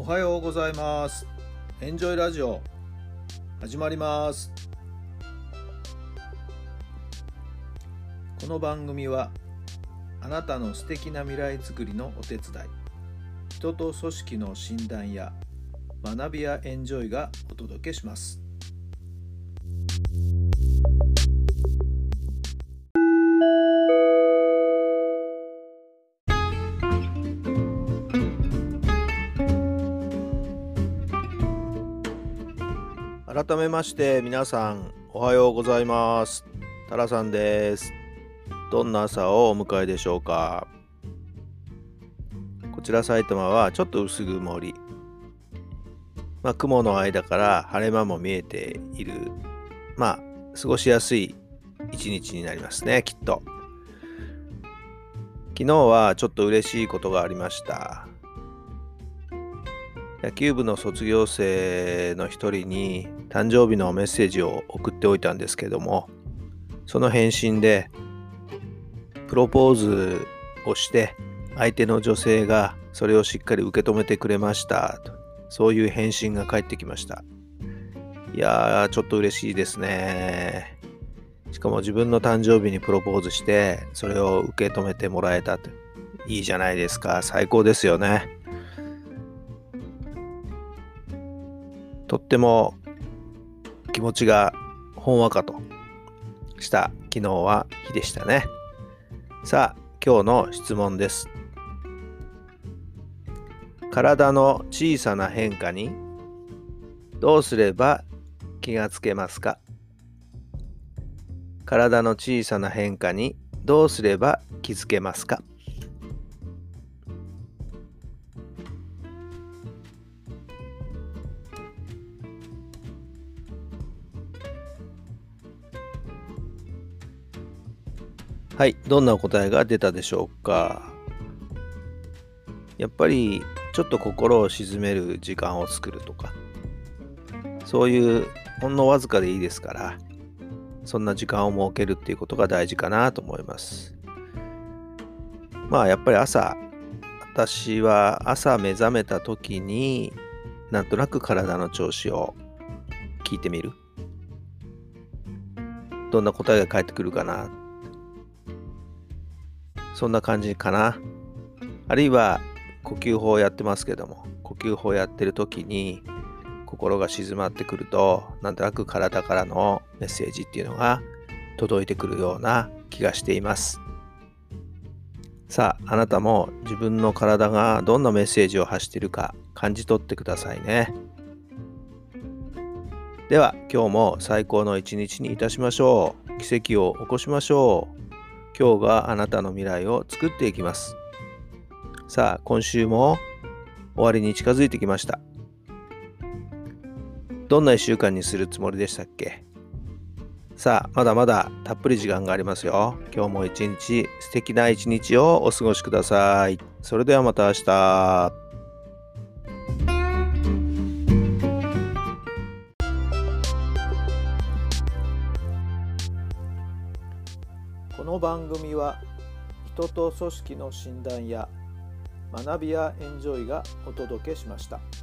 おはようございます。エンジョイラジオ始まります。この番組はあなたの素敵な未来づくりのお手伝い、人と組織の診断や学びやエンジョイがお届けします。改めまして皆さんおはようございます。タラさんです。どんな朝をお迎えでしょうか。こちら埼玉はちょっと薄曇り、雲の間から晴れ間も見えている、過ごしやすい一日になりますね、きっと。昨日はちょっと嬉しいことがありました。野球部の卒業生の一人に誕生日のメッセージを送っておいたんですけども、その返信でプロポーズをして相手の女性がそれをしっかり受け止めてくれましたと、そういう返信が返ってきました。いやー、ちょっと嬉しいですね。しかも自分の誕生日にプロポーズしてそれを受け止めてもらえたと、いいじゃないですか。最高ですよね。とっても気持ちがほんわかとした昨日は日でしたね。さあ、今日の質問です。体の小さな変化にどうすれば気がつけますか？体の小さな変化にどうすれば気づけますか？はい、どんな答えが出たでしょうか。やっぱりちょっと心を静める時間を作るとか、そういうほんのわずかでいいですから、そんな時間を設けるっていうことが大事かなと思います。やっぱり私は朝目覚めた時になんとなく体の調子を聞いてみる。どんな答えが返ってくるかな。そんな感じかな。あるいは呼吸法をやってますけども、呼吸法をやってる時に心が静まってくると、なんとなく体からのメッセージっていうのが届いてくるような気がしています。さあ、あなたも自分の体がどんなメッセージを発しているか感じ取ってくださいね。では今日も最高の一日にいたしましょう。奇跡を起こしましょう。今日があなたの未来を作っていきます。さあ、今週も終わりに近づいてきました。どんな1週間にするつもりでしたっけ？さあ、まだまだたっぷり時間がありますよ。今日も一日素敵な一日をお過ごしください。それではまた明日。この番組は人と組織の診断や学びやエンジョイがお届けしました。